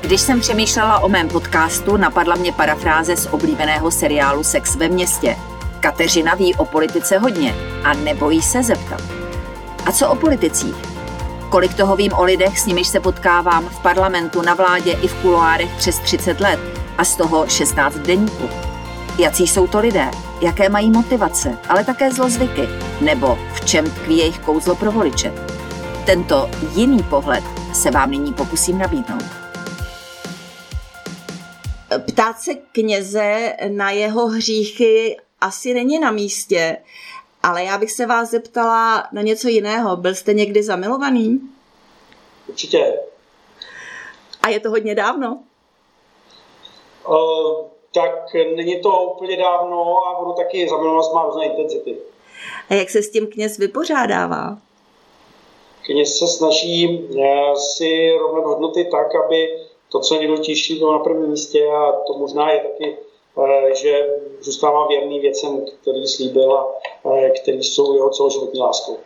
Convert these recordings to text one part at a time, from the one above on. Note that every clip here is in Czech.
Když jsem přemýšlela o mém podcastu, napadla mě parafráze z oblíbeného seriálu Sex ve městě. Kateřina ví o politice hodně a nebojí se zeptat. A co o politicích? Kolik toho vím o lidech, s nimiž se potkávám v parlamentu, na vládě i v kuloárech přes 30 let a z toho 16 deníků. Jací jsou to lidé? Jaké mají motivace, ale také zlozvyky? Nebo v čem tkví jejich kouzlo pro voliče? Tento jiný pohled se vám nyní pokusím nabídnout. Ptát se kněze na jeho hříchy asi není na místě, ale já bych se vás zeptala na něco jiného. Byl jste někdy zamilovaný? Určitě. A je to hodně dávno? Tak není to úplně dávno a budu taky zamilovanost má různé intenzity. A jak se s tím kněz vypořádává? Kněz se snaží si rovnat hodnoty tak, aby to, co je nejdůležitější, bylo na prvním místě, a to možná je taky, že zůstává věrný věcem, který slíbil a který jsou jeho celoživotní láskou.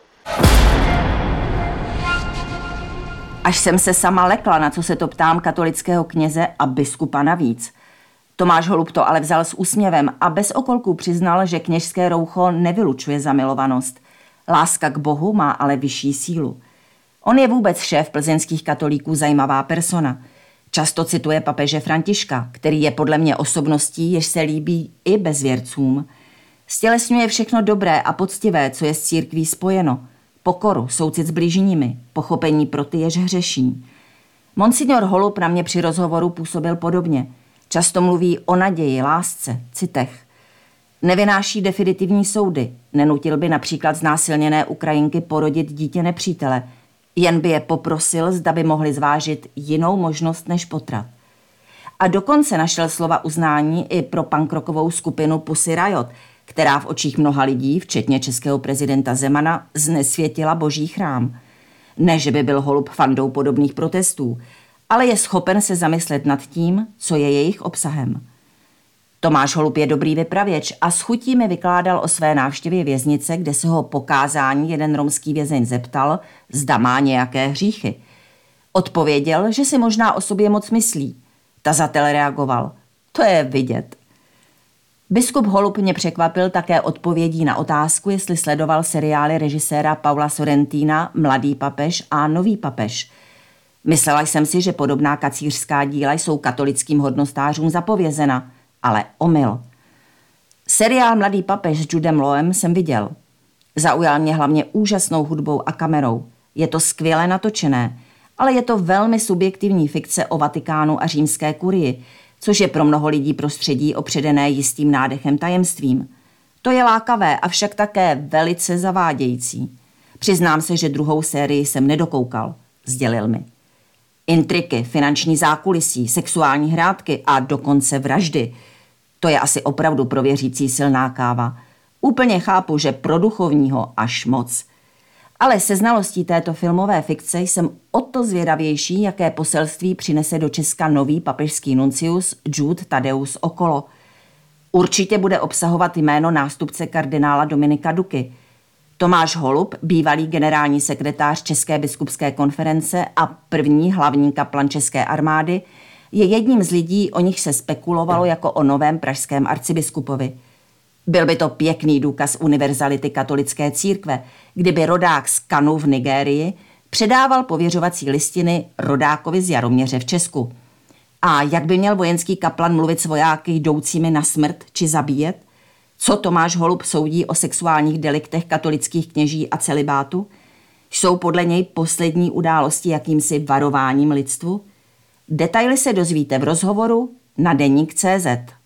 Až jsem se sama lekla, na co se to ptám katolického kněze a biskupa navíc. Tomáš Holub to ale vzal s úsměvem a bez okolků přiznal, že kněžské roucho nevylučuje zamilovanost. Láska k Bohu má ale vyšší sílu. On je vůbec šéf plzeňských katolíků zajímavá persona. Často cituje papeže Františka, který je podle mě osobností, jež se líbí i bezvěrcům. Stělesňuje všechno dobré a poctivé, co je s církví spojeno. Pokoru, soucit s bližními, pochopení pro ty, jež hřeší. Monsignor Holub na mě při rozhovoru působil podobně. Často mluví o naději, lásce, citech. Nevynáší definitivní soudy. Nenutil by například znásilněné Ukrajinky porodit dítě nepřítele. Jen by je poprosil, zda by mohli zvážit jinou možnost než potrat. A dokonce našel slova uznání i pro punkrockovou skupinu Pussy Riot, která v očích mnoha lidí, včetně českého prezidenta Zemana, znesvětila boží chrám. Ne, že by byl Holub fandou podobných protestů, ale je schopen se zamyslet nad tím, co je jejich obsahem. Tomáš Holub je dobrý vypravěč a s chutí mi vykládal o své návštěvě věznice, kde se ho po kázání jeden romský vězeň zeptal, zda má nějaké hříchy. Odpověděl, že si možná o sobě moc myslí. Tazatel reagoval, to je vidět. Biskup Holub mě překvapil také odpovědí na otázku, jestli sledoval seriály režiséra Paula Sorrentina Mladý papež a Nový papež. Myslela jsem si, že podobná kacířská díla jsou katolickým hodnostářům zapovězena, ale omyl. Seriál Mladý papež s Judem Lawem jsem viděl. Zaujal mě hlavně úžasnou hudbou a kamerou. Je to skvěle natočené, ale je to velmi subjektivní fikce o Vatikánu a římské kurii, což je pro mnoho lidí prostředí opředené jistým nádechem tajemstvím. To je lákavé, avšak také velice zavádějící. Přiznám se, že druhou sérii jsem nedokoukal, sdělil mi. Intriky, finanční zákulisí, sexuální hrátky a dokonce vraždy. To je asi opravdu pro věřící silná káva. Úplně chápu, že pro duchovního až moc. Ale se znalostí této filmové fikce jsem o to zvědavější, jaké poselství přinese do Česka nový papežský nuncius Jude Tadeus Okolo. Určitě bude obsahovat jméno nástupce kardinála Dominika Duky. Tomáš Holub, bývalý generální sekretář České biskupské konference a první hlavní kaplan České armády, je jedním z lidí, o nich se spekulovalo jako o novém pražském arcibiskupovi. Byl by to pěkný důkaz univerzality katolické církve, kdyby rodák z Kanu v Nigérii předával pověřovací listiny rodákovi z Jaroměře v Česku. A jak by měl vojenský kaplan mluvit s vojáky jdoucími na smrt či zabíjet? Co Tomáš Holub soudí o sexuálních deliktech katolických kněží a celibátu? Jsou podle něj poslední události jakýmsi varováním lidstvu? Detaily se dozvíte v rozhovoru na deník.cz.